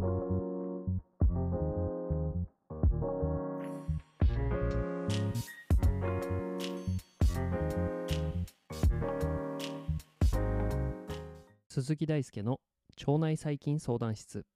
鈴木大輔の腸内細菌相談室。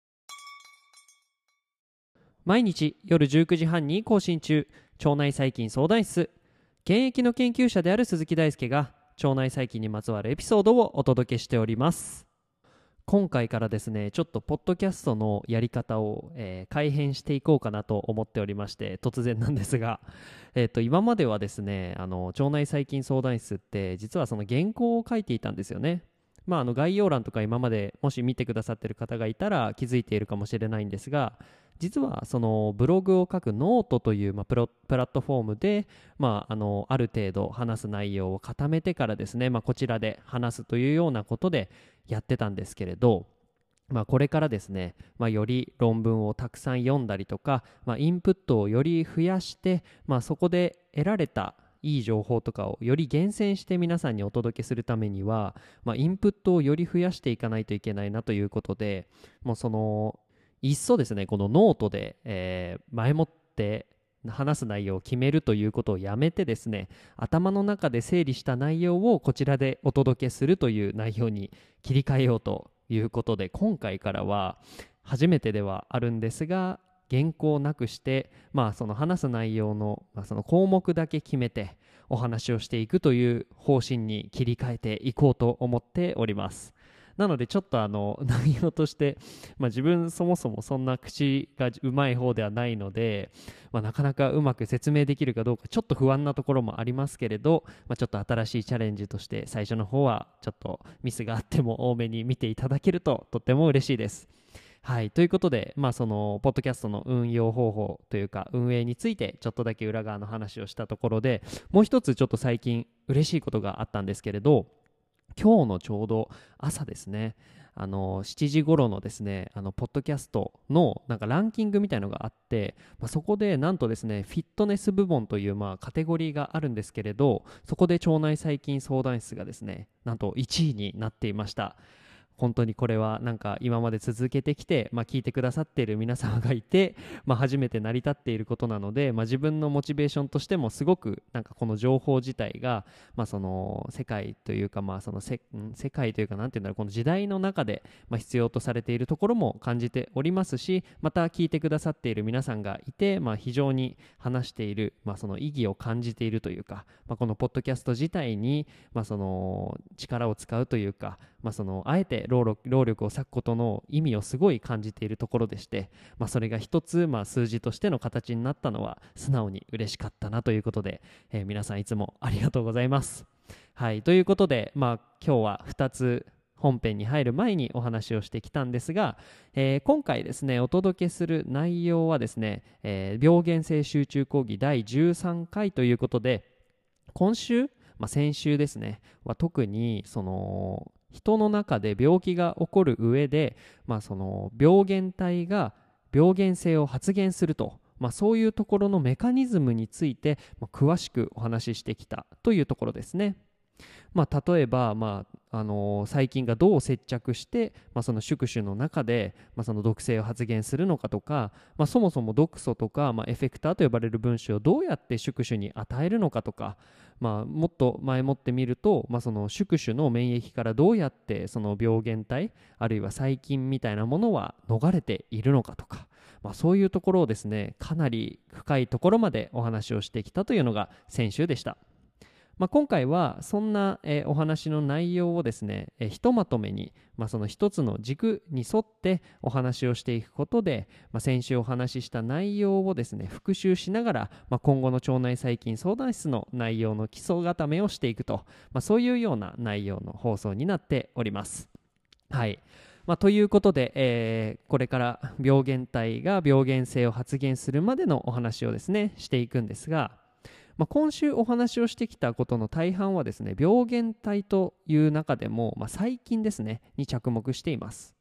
毎日夜19時半に更新中、腸内細菌相談室。現役の研究者である鈴木大輔が腸内細菌にまつわるエピソードをお届けしております。今回からですね、ちょっとポッドキャストのやり方を、改変していこうかなと思っておりまして、突然なんですが、今まではですね、腸内細菌相談室って実はその原稿を書いていたんですよね。概要欄とか今までもし見てくださっている方がいたら気づいているかもしれないんですが、実はそのブログを書くノートという、プラットフォームで、ある程度話す内容を固めてからですね、こちらで話すというようなことでやってたんですけれど、これからですね、より論文をたくさん読んだりとか、インプットをより増やして、そこで得られたいい情報とかをより厳選して皆さんにお届けするためには、インプットをより増やしていかないといけないなということで、もうそのいっそですね、このノートで、前もって話す内容を決めるということをやめてですね、頭の中で整理した内容をこちらでお届けするという内容に切り替えようということで、今回からは初めてではあるんですが、原稿をなくして、その話す内容の、その項目だけ決めてお話をしていくという方針に切り替えていこうと思っております。なのでちょっと内容として、自分そもそもそんな口がうまい方ではないので、なかなかうまく説明できるかどうかちょっと不安なところもありますけれど、ちょっと新しいチャレンジとして最初の方はちょっとミスがあっても多めに見ていただけるととっても嬉しいです。はい、ということで、そのポッドキャストの運用方法というか運営についてちょっとだけ裏側の話をしたところで、もう一つちょっと最近嬉しいことがあったんですけれど、今日のちょうど朝ですね、7時頃のですね、ポッドキャストのなんかランキングみたいのがあって、そこでなんとですね、フィットネス部門というカテゴリーがあるんですけれど、そこで腸内細菌相談室がですね、なんと1位になっていました。本当にこれはなんか今まで続けてきて、聞いてくださっている皆様がいて、初めて成り立っていることなので、自分のモチベーションとしてもすごくなんかこの情報自体が、その世界というか、世界というかなんていうんだろう、この時代の中で、必要とされているところも感じておりますし、また聞いてくださっている皆さんがいて、非常に話している、その意義を感じているというか、このポッドキャスト自体に、その力を使うというか、そのあえて労力を割くことの意味をすごい感じているところでして、それが一つ、数字としての形になったのは素直に嬉しかったなということで、皆さんいつもありがとうございます。はい、ということで、今日は2つ本編に入る前にお話をしてきたんですが、今回ですねお届けする内容はですね、病原性集中講義第13回ということで、今週、先週ですねは特にその人の中で病気が起こる上で、その病原体が病原性を発現すると、そういうところのメカニズムについて、詳しくお話ししてきたというところですね。例えば、細菌がどう接着して、その宿主の中で、その毒性を発現するのかとか、そもそも毒素とか、エフェクターと呼ばれる分子をどうやって宿主に与えるのかとか、もっと前もってみると、その宿主の免疫からどうやってその病原体あるいは細菌みたいなものは逃れているのかとか、そういうところをですねかなり深いところまでお話をしてきたというのが先週でした。今回はそんな、お話の内容をですね、ひとまとめに、その一つの軸に沿ってお話をしていくことで、先週お話しした内容をですね復習しながら、今後の腸内細菌相談室の内容の基礎固めをしていくと、そういうような内容の放送になっております。はい。ということで、これから病原体が病原性を発現するまでのお話をですねしていくんですが、今週お話をしてきたことの大半はですね病原体という中でも、細菌ですねに着目しています。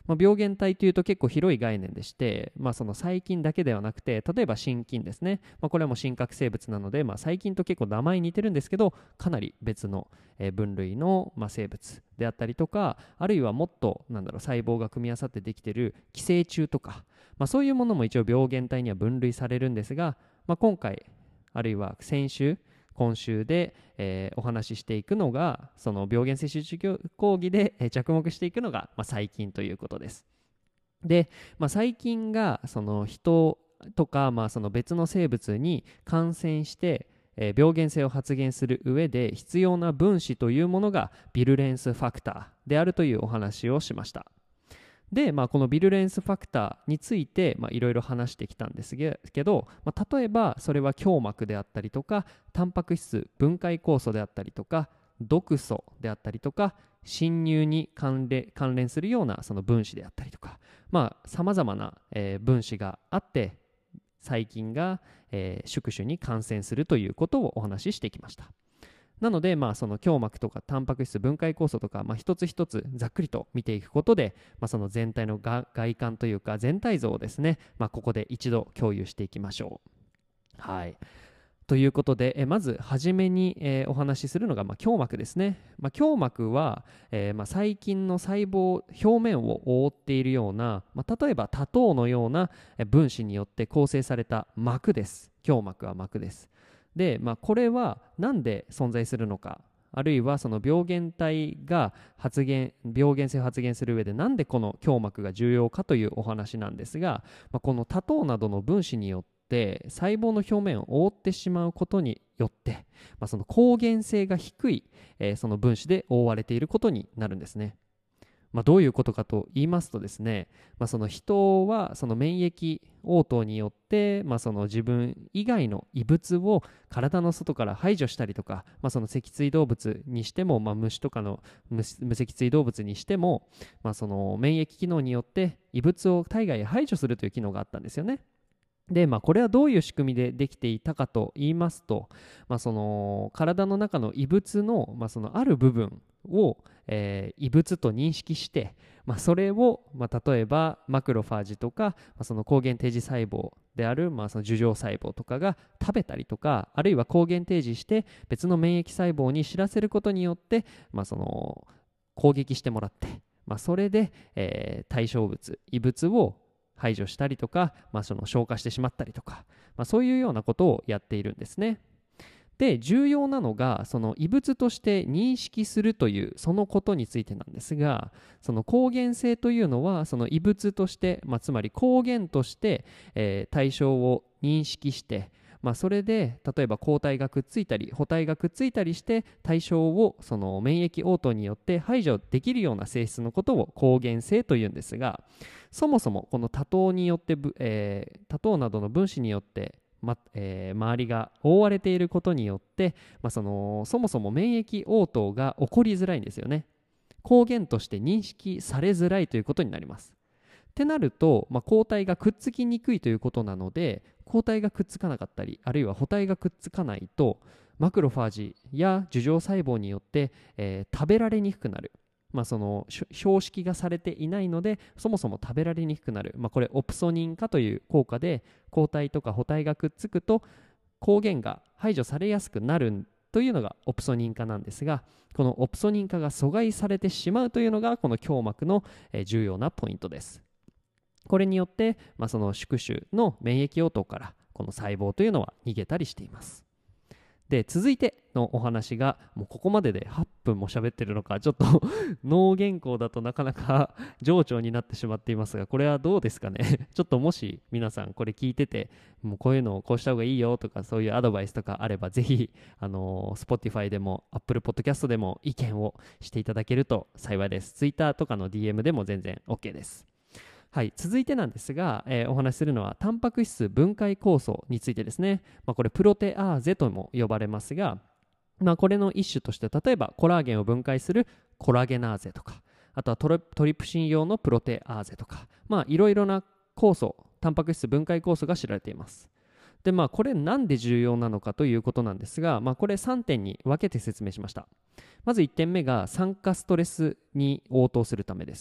病原体というと結構広い概念でして、その細菌だけではなくて、例えば真菌ですね、これはもう真核生物なので、細菌と結構名前似てるんですけど、かなり別の分類の生物であったりとか、あるいはもっと細胞が組み合わさってできている寄生虫とか、そういうものも一応病原体には分類されるんですが、今回あるいは今週で、お話ししていくのが、その病原性集中講義で、着目していくのが、細菌ということです。で、細菌がその人とか、その別の生物に感染して、病原性を発現する上で必要な分子というものがビルレンスファクターであるというお話をしました。で、このビルレンスファクターについていろいろ話してきたんですけど、例えばそれは強膜であったりとか、タンパク質分解酵素であったりとか、毒素であったりとか、侵入に関連するようなその分子であったりとか、さまざまな、分子があって細菌が、宿主に感染するということをお話ししてきました。なので、その強膜とかタンパク質分解酵素とか、一つ一つざっくりと見ていくことで、その全体の外観というか全体像をですね、ここで一度共有していきましょう。はい。ということで、まずはじめに、お話しするのが、強膜ですね。強膜は、細菌の細胞表面を覆っているような、例えば多糖のような分子によって構成された膜です。強膜は膜です。で、これは何で存在するのか、あるいはその病原体が病原性を発現する上でなんでこの強膜が重要かというお話なんですが、この多糖などの分子によって細胞の表面を覆ってしまうことによって、その抗原性が低い、その分子で覆われていることになるんですね。どういうことかと言いますとですね、その人はその免疫応答によって、その自分以外の異物を体の外から排除したりとか、その脊椎動物にしても、虫とかの無脊椎動物にしても、その免疫機能によって異物を体外へ排除するという機能があったんですよね。で、これはどういう仕組みでできていたかと言いますと、その体の中の異物の、そのある部分を、異物と認識して、それを、例えばマクロファージとか、その抗原提示細胞である、その樹状細胞とかが食べたりとか、あるいは抗原提示して別の免疫細胞に知らせることによって、その攻撃してもらって、それで、対象物異物を排除したりとか、その消化してしまったりとか、そういうようなことをやっているんですね。で、重要なのがその異物として認識するというそのことについてなんですが、その抗原性というのはその異物として、つまり抗原として、対象を認識して、それで例えば抗体がくっついたり補体がくっついたりして対象をその免疫応答によって排除できるような性質のことを抗原性というんですが、そもそもこの多糖によって、多糖などの分子によって周りが覆われていることによって、そもそも免疫応答が起こりづらいんですよね。抗原として認識されづらいということになります。ってなると、抗体がくっつきにくいということなので、抗体がくっつかなかったり、あるいは補体がくっつかないと、マクロファージや樹状細胞によって、食べられにくくなる。その標識がされていないのでそもそも食べられにくくなる、これオプソニン化という効果で抗体とか補体がくっつくと抗原が排除されやすくなるというのがオプソニン化なんですが、このオプソニン化が阻害されてしまうというのがこの強膜の重要なポイントです。これによって、その宿主の免疫応答からこの細胞というのは逃げたりしています。で、続いてのお話が、もうここまでで8分も喋ってるのか、ちょっと脳原稿だとなかなか冗長になってしまっていますが、これはどうですかねちょっともし皆さんこれ聞いてて、もうこういうのをこうした方がいいよとか、そういうアドバイスとかあれば、ぜひ、Spotify でも Apple Podcast でも意見をしていただけると幸いです。Twitter とかの DM でも全然 OK です。はい、続いてなんですが、お話しするのはタンパク質分解酵素についてですね。これプロテアーゼとも呼ばれますが、これの一種として例えばコラーゲンを分解するコラゲナーゼとか、あとはトリプシン用のプロテアーゼとか、いろいろな酵素、タンパク質分解酵素が知られています。で、これなんで重要なのかということなんですが、これ3点に分けて説明しました。まず1点目が酸化ストレスに応答するためです。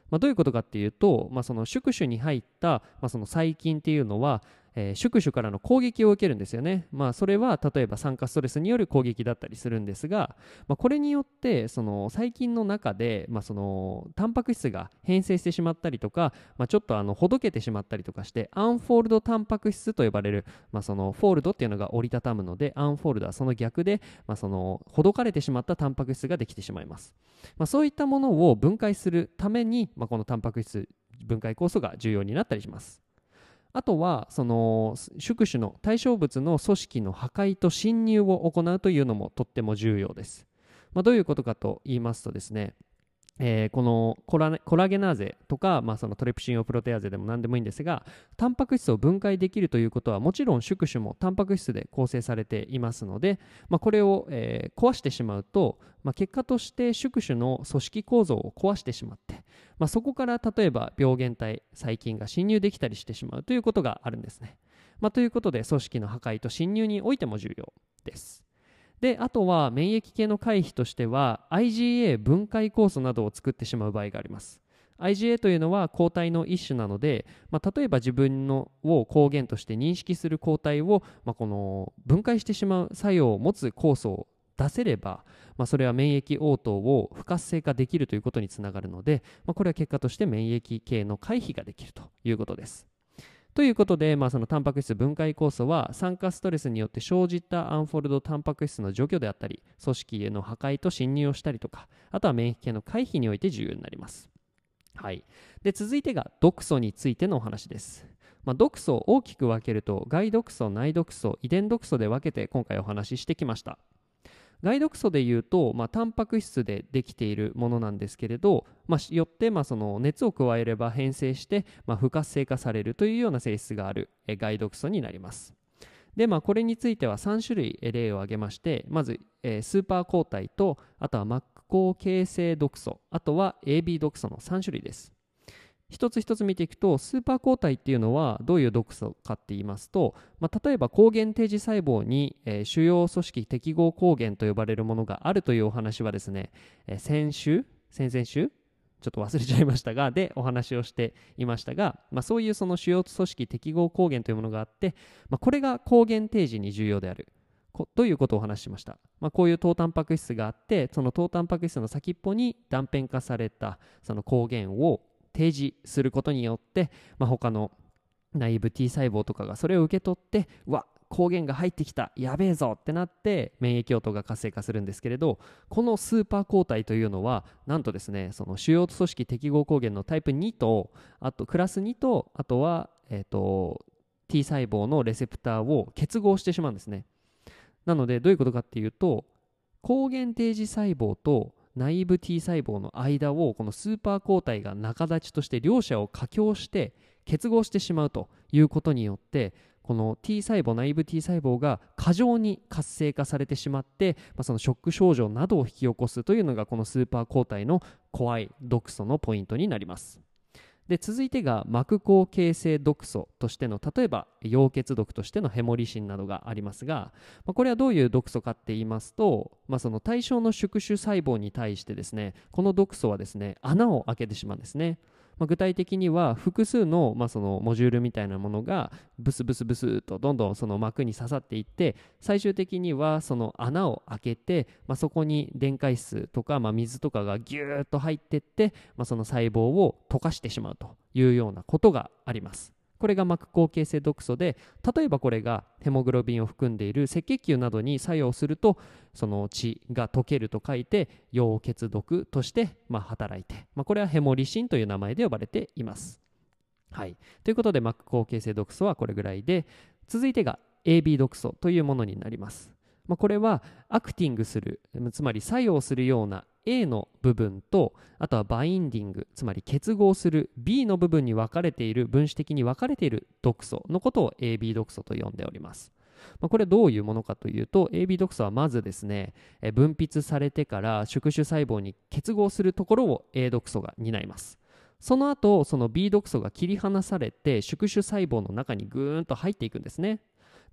どういうことかっていうと、その宿主に入った、その細菌っていうのは、宿主からの攻撃を受けるんですよね。それは例えば酸化ストレスによる攻撃だったりするんですが、これによってその細菌の中で、そのタンパク質が変性してしまったりとか、ちょっとほどけてしまったりとかしてアンフォールドタンパク質と呼ばれる、そのフォールドっていうのが折りたたむので、アンフォールドはその逆で、そのほどかれてしまったタンパク質ができてしまいます。そういったものを分解するために、このタンパク質分解酵素が重要になったりします。あとはその宿主の対象物の組織の破壊と侵入を行うというのもとっても重要です。どういうことかと言いますとですね、このコラゲナーゼとか、そのトレプシンオプロテアーゼでも何でもいいんですが、タンパク質を分解できるということはもちろん宿主もタンパク質で構成されていますので、これを、壊してしまうと、結果として宿主の組織構造を壊してしまって、そこから例えば病原体細菌が侵入できたりしてしまうということがあるんですね。ということで組織の破壊と侵入においても重要です。で、あとは免疫系の回避としては IgA 分解酵素などを作ってしまう場合があります。IgA というのは抗体の一種なので、例えば自分のを抗原として認識する抗体を、この分解してしまう作用を持つ酵素を出せれば、それは免疫応答を不活性化できるということにつながるので、これは結果として免疫系の回避ができるということです。ということで、そのタンパク質分解酵素は酸化ストレスによって生じたアンフォルドタンパク質の除去であったり、組織への破壊と侵入をしたりとか、あとは免疫系の回避において重要になります。はい。で、続いてが毒素についてのお話です。毒素を大きく分けると、外毒素、内毒素、遺伝毒素で分けて今回お話ししてきました。外毒素でいうと、タンパク質でできているものなんですけれど、よって、その熱を加えれば変性して、不活性化されるというような性質がある外毒素になります。で、これについては3種類例を挙げまして、まず、スーパー抗体と、あとは膜孔形成毒素、あとは AB 毒素の3種類です。一つ一つ見ていくと、スーパー抗体っていうのはどういう毒素かって言いますと、例えば抗原定時細胞に、主要組織適合抗原と呼ばれるものがあるというお話はですね、先々週ちょっと忘れちゃいましたがでお話をしていましたが、そういうその主要組織適合抗原というものがあって、これが抗原定時に重要であるということをお話ししました。こういう糖タンパク質があって、その糖タンパク質の先っぽに断片化されたその抗原を提示することによって、他の内部 T 細胞とかがそれを受け取って、抗原が入ってきた、やべえぞってなって免疫応答が活性化するんですけれど、このスーパー抗体というのはなんとですね、その主要組織適合抗原のタイプ2と、あとクラス2と、あとは、T 細胞のレセプターを結合してしまうんですね。なのでどういうことかっていうと、抗原定時細胞と内部 T 細胞の間をこのスーパー抗体が仲立ちとして両者を掛共して結合してしまうということによって、この T 細胞、内部 T 細胞が過剰に活性化されてしまって、そのショック症状などを引き起こすというのがこのスーパー抗体の怖い毒素のポイントになります。で、続いてが膜孔形成毒素としての、例えば溶血毒としてのヘモリシンなどがありますが、これはどういう毒素かって言いますと、その対象の宿主細胞に対してですね、この毒素はですね、穴を開けてしまうんですね。具体的には複数の、そのモジュールみたいなものがブスブスブスとどんどんその膜に刺さっていって、最終的にはその穴を開けて、そこに電解質とか、水とかがギューッと入っていって、その細胞を溶かしてしまうというようなことがあります。これが膜孔形成毒素で、例えばこれがヘモグロビンを含んでいる赤血球などに作用すると、その血が溶けると書いて溶血毒として働いて、これはヘモリシンという名前で呼ばれています。はい、ということで膜孔形成毒素はこれぐらいで、続いてが AB 毒素というものになります。これはアクティングする、つまり作用するような A の部分と、あとはバインディング、つまり結合する B の部分に分かれている、分子的に分かれている毒素のことを AB 毒素と呼んでおります。これはどういうものかというと、 AB 毒素はまずですね、分泌されてから宿主細胞に結合するところを A 毒素が担います。その後その B 毒素が切り離されて宿主細胞の中にぐーんと入っていくんですね。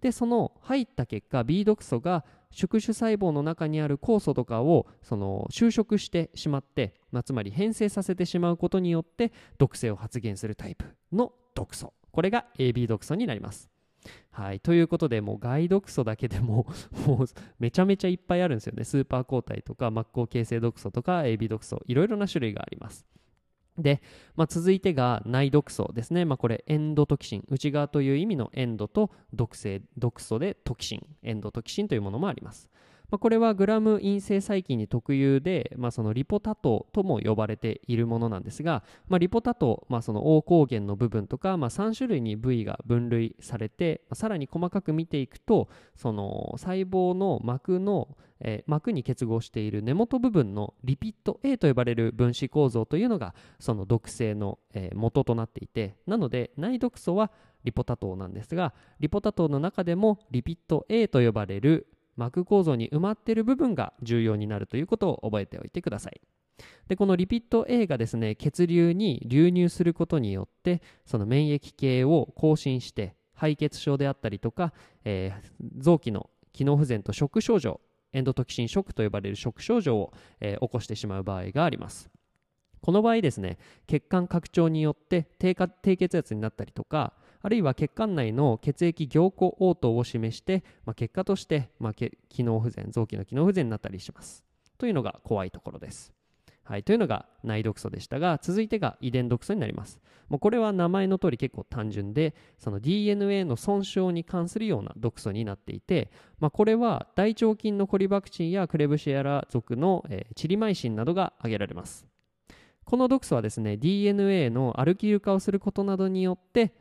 でその入った結果 B 毒素が宿主細胞の中にある酵素とかをその収縮してしまって、つまり変性させてしまうことによって毒性を発現するタイプの毒素、これが AB 毒素になります。はい、ということで、もう害毒素だけでももうめちゃめちゃいっぱいあるんですよね。スーパー抗体とか末梢形成毒素とか AB 毒素、いろいろな種類があります。で、続いてが内毒素ですね。これエンドトキシン、内側という意味のエンドと毒素でトキシン、エンドトキシンというものもあります。これはグラム陰性細菌に特有で、そのリポタトとも呼ばれているものなんですが、リポタト、その黄抗原の部分とか、3種類に部位が分類されて、さらに細かく見ていくと、その細胞の膜に結合している根元部分のリピッド A と呼ばれる分子構造というのがその毒性の元となっていて、なので内毒素はリポタ糖なんですが、リポタ糖の中でもリピッド A と呼ばれる膜構造に埋まっている部分が重要になるということを覚えておいてください。でこのリピッド A がですね、血流に流入することによってその免疫系を更新して敗血症であったりとか、臓器の機能不全とショック症状、エンドトキシンショックと呼ばれるショック症状を、起こしてしまう場合があります。この場合ですね、血管拡張によって低血圧になったりとか、あるいは血管内の血液凝固応答を示して、結果として、機能不全、臓器の機能不全になったりしますというのが怖いところです。はい、というのが内毒素でしたが、続いてが遺伝毒素になります。もうこれは名前の通り結構単純で、その DNA の損傷に関するような毒素になっていて、これは大腸菌のコリバクチンやクレブシエラ属の、チリマイシンなどが挙げられます。この毒素はですね、 DNA のアルキル化をすることなどによって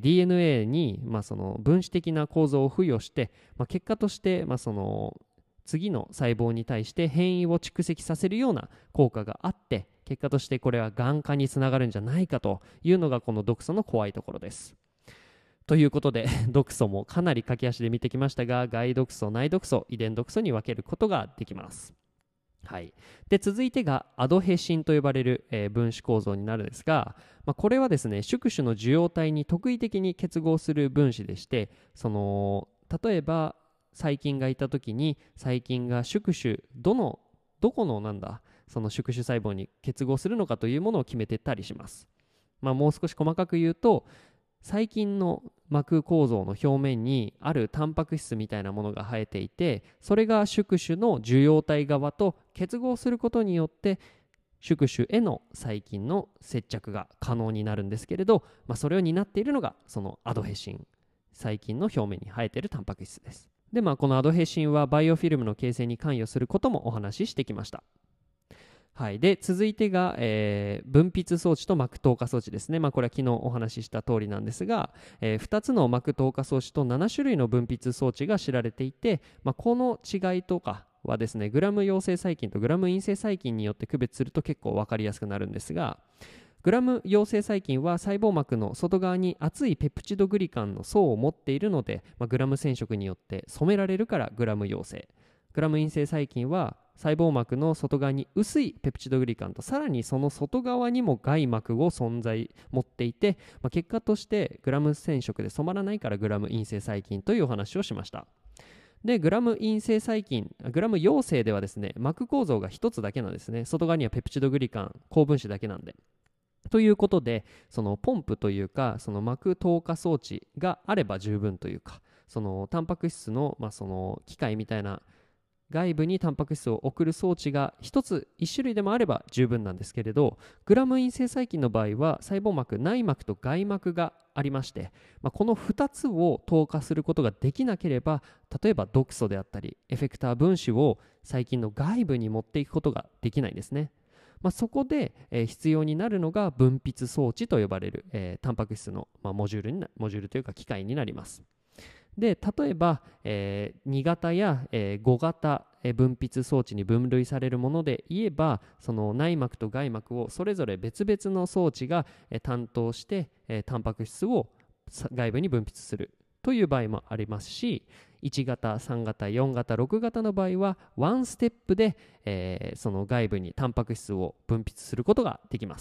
DNA に、その分子的な構造を付与して、結果として、その次の細胞に対して変異を蓄積させるような効果があって、結果としてこれはがん化につながるんじゃないかというのがこの毒素の怖いところです。ということで毒素もかなり駆け足で見てきましたが、害毒素、内毒素、遺伝毒素に分けることができます。はい、で続いてがアドヘシンと呼ばれる、分子構造になるんですが、これはですね、宿主の受容体に特異的に結合する分子でして、その例えば細菌がいた時に細菌が宿主どこのその宿主細胞に結合するのかというものを決めてたりします。もう少し細かく言うと、細菌の膜構造の表面にあるタンパク質みたいなものが生えていて、それが宿主の受容体側と結合することによって宿主への細菌の接着が可能になるんですけれど、それを担っているのがそのアドヘシン、細菌の表面に生えているタンパク質です。でこのアドヘシンはバイオフィルムの形成に関与することもお話ししてきました。はい、で続いてが、分泌装置と膜透過装置ですね。これは昨日お話しした通りなんですが、2つの膜透過装置と7種類の分泌装置が知られていて、この違いとかはですね、グラム陽性細菌とグラム陰性細菌によって区別すると結構分かりやすくなるんですが、グラム陽性細菌は細胞膜の外側に厚いペプチドグリカンの層を持っているので、グラム染色によって染められるからグラム陽性。グラム陰性細菌は細胞膜の外側に薄いペプチドグリカンと、さらにその外側にも外膜を持っていて、結果としてグラム染色で染まらないからグラム陰性細菌というお話をしました。でグラム陰性細菌、グラム陽性ではですね、膜構造が一つだけなんですね。外側にはペプチドグリカン、高分子だけなんで。ということで、そのポンプというか、その膜透過装置があれば十分というか、そのタンパク質の、その機械みたいな外部にタンパク質を送る装置が一種類でもあれば十分なんですけれど、グラム陰性細菌の場合は細胞膜、内膜と外膜がありまして、この2つを透過することができなければ、例えば毒素であったりエフェクター分子を細菌の外部に持っていくことができないんですね。そこで、必要になるのが分泌装置と呼ばれる、タンパク質の、モジュールというか機械になります。で例えば、2型や、5型分泌装置に分類されるもので言えば、その内膜と外膜をそれぞれ別々の装置が、担当して、タンパク質を外部に分泌するという場合もありますし、1型、3型、4型、6型の場合はワンステップで、その外部にタンパク質を分泌することができます。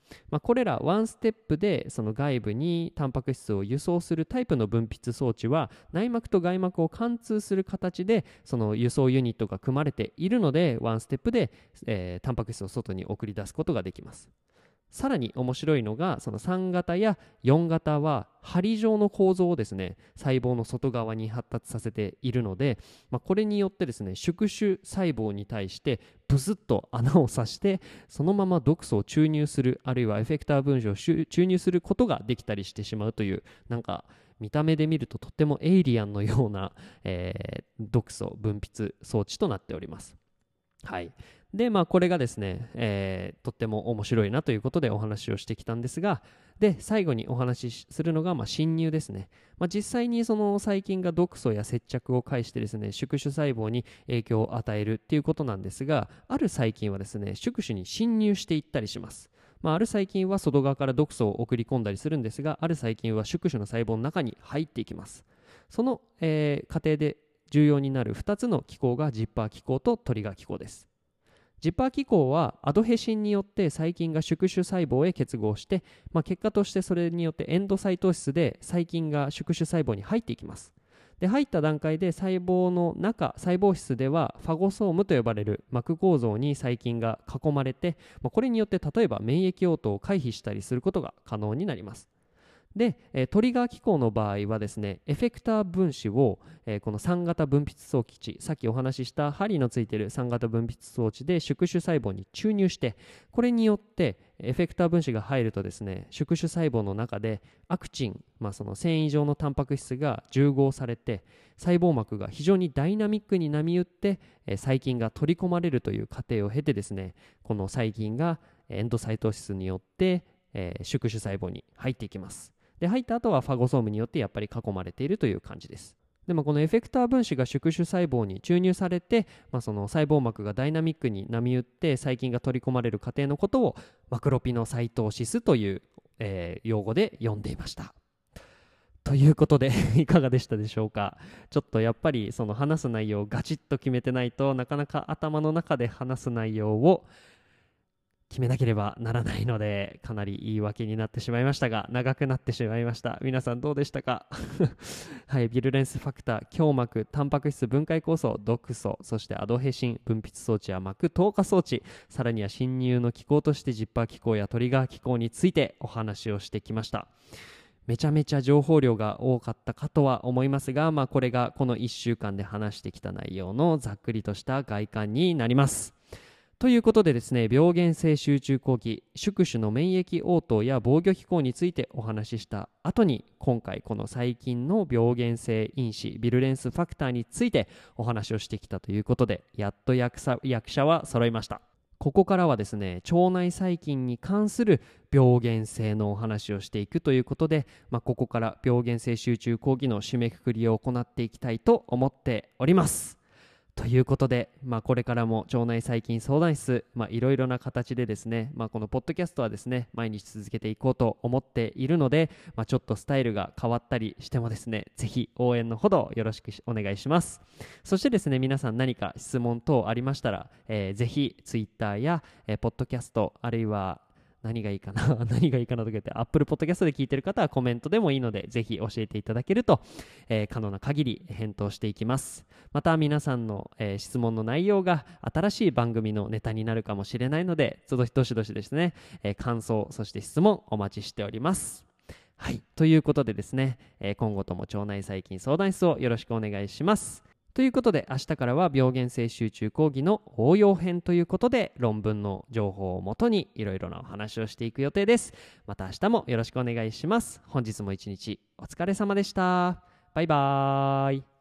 これらワンステップでその外部にタンパク質を輸送するタイプの分泌装置は内膜と外膜を貫通する形でその輸送ユニットが組まれているので、ワンステップで、タンパク質を外に送り出すことができます。さらに面白いのが、その3型や4型は針状の構造をですね、細胞の外側に発達させているので、これによってですね、宿主細胞に対してブスッと穴を刺してそのまま毒素を注入する、あるいはエフェクター分子を注入することができたりしてしまうという、なんか見た目で見るととってもエイリアンのような、毒素分泌装置となっております。はい。で、これがですね、とっても面白いなということでお話をしてきたんですが、で、最後にお話しするのが、侵入ですね。実際にその細菌が毒素や接着を介してですね、宿主細胞に影響を与えるっていうことなんですが、ある細菌はですね、宿主に侵入していったりします。ある細菌は外側から毒素を送り込んだりするんですが、ある細菌は宿主の細胞の中に入っていきます。その、過程で重要になる2つの機構がジッパー機構とトリガー機構です。ジッパー機構はアドヘシンによって細菌が宿主細胞へ結合して、結果としてそれによってエンドサイト質で細菌が宿主細胞に入っていきます。で、入った段階で細胞の中、細胞質ではファゴソームと呼ばれる膜構造に細菌が囲まれて、これによって例えば免疫応答を回避したりすることが可能になります。で、トリガー機構の場合はですね、エフェクター分子を、この3型分泌装置、さっきお話しした針のついている3型分泌装置で宿主細胞に注入して、これによってエフェクター分子が入るとですね、宿主細胞の中でアクチン、その繊維状のタンパク質が重合されて、細胞膜が非常にダイナミックに波打って、細菌が取り込まれるという過程を経てですね、この細菌がエンドサイト質によって、宿主細胞に入っていきます。で、入った後はファゴソームによってやっぱり囲まれているという感じです。でもこのエフェクター分子が宿主細胞に注入されて、その細胞膜がダイナミックに波打って細菌が取り込まれる過程のことをマクロピノサイトーシスという、用語で呼んでいました。ということでいかがでしたでしょうか。ちょっとやっぱりその話す内容をガチッと決めてないとなかなか頭の中で話す内容を決めなければならないので、かなり言い訳になってしまいましたが、長くなってしまいました。皆さんどうでしたかはい、ビルレンスファクター、強膜、タンパク質分解酵素、毒素、そしてアドヘシン、分泌装置や膜透過装置、さらには侵入の機構としてジッパー機構やトリガー機構についてお話をしてきました。めちゃめちゃ情報量が多かったかとは思いますが、これがこの1週間で話してきた内容のざっくりとした概観になります。ということでですね、病原性集中抗体、宿主の免疫応答や防御機構についてお話しした後に、今回この細菌の病原性因子ビルレンスファクターについてお話をしてきたということで、やっと役者は揃いました。ここからはですね、腸内細菌に関する病原性のお話をしていくということで、ここから病原性集中講義の締めくくりを行っていきたいと思っております。ということで、これからも腸内細菌相談室、いろいろな形でですね、このポッドキャストはですね、毎日続けていこうと思っているので、ちょっとスタイルが変わったりしてもですね、ぜひ応援のほどよろしくお願いします。そしてですね、皆さん何か質問等ありましたら、ぜひ Twitter や、ポッドキャスト、あるいは何がいいかなとか言って、Apple Podcast で聞いてる方はコメントでもいいので、ぜひ教えていただけると、可能な限り返答していきます。また皆さんの、質問の内容が新しい番組のネタになるかもしれないので、どしどしですね、感想、そして質問お待ちしております。はい、ということでですね、今後とも腸内細菌相談室をよろしくお願いします。ということで、明日からは病原性集中講義の応用編ということで、論文の情報をもとにいろいろなお話をしていく予定です。また明日もよろしくお願いします。本日も一日お疲れ様でした。バイバーイ。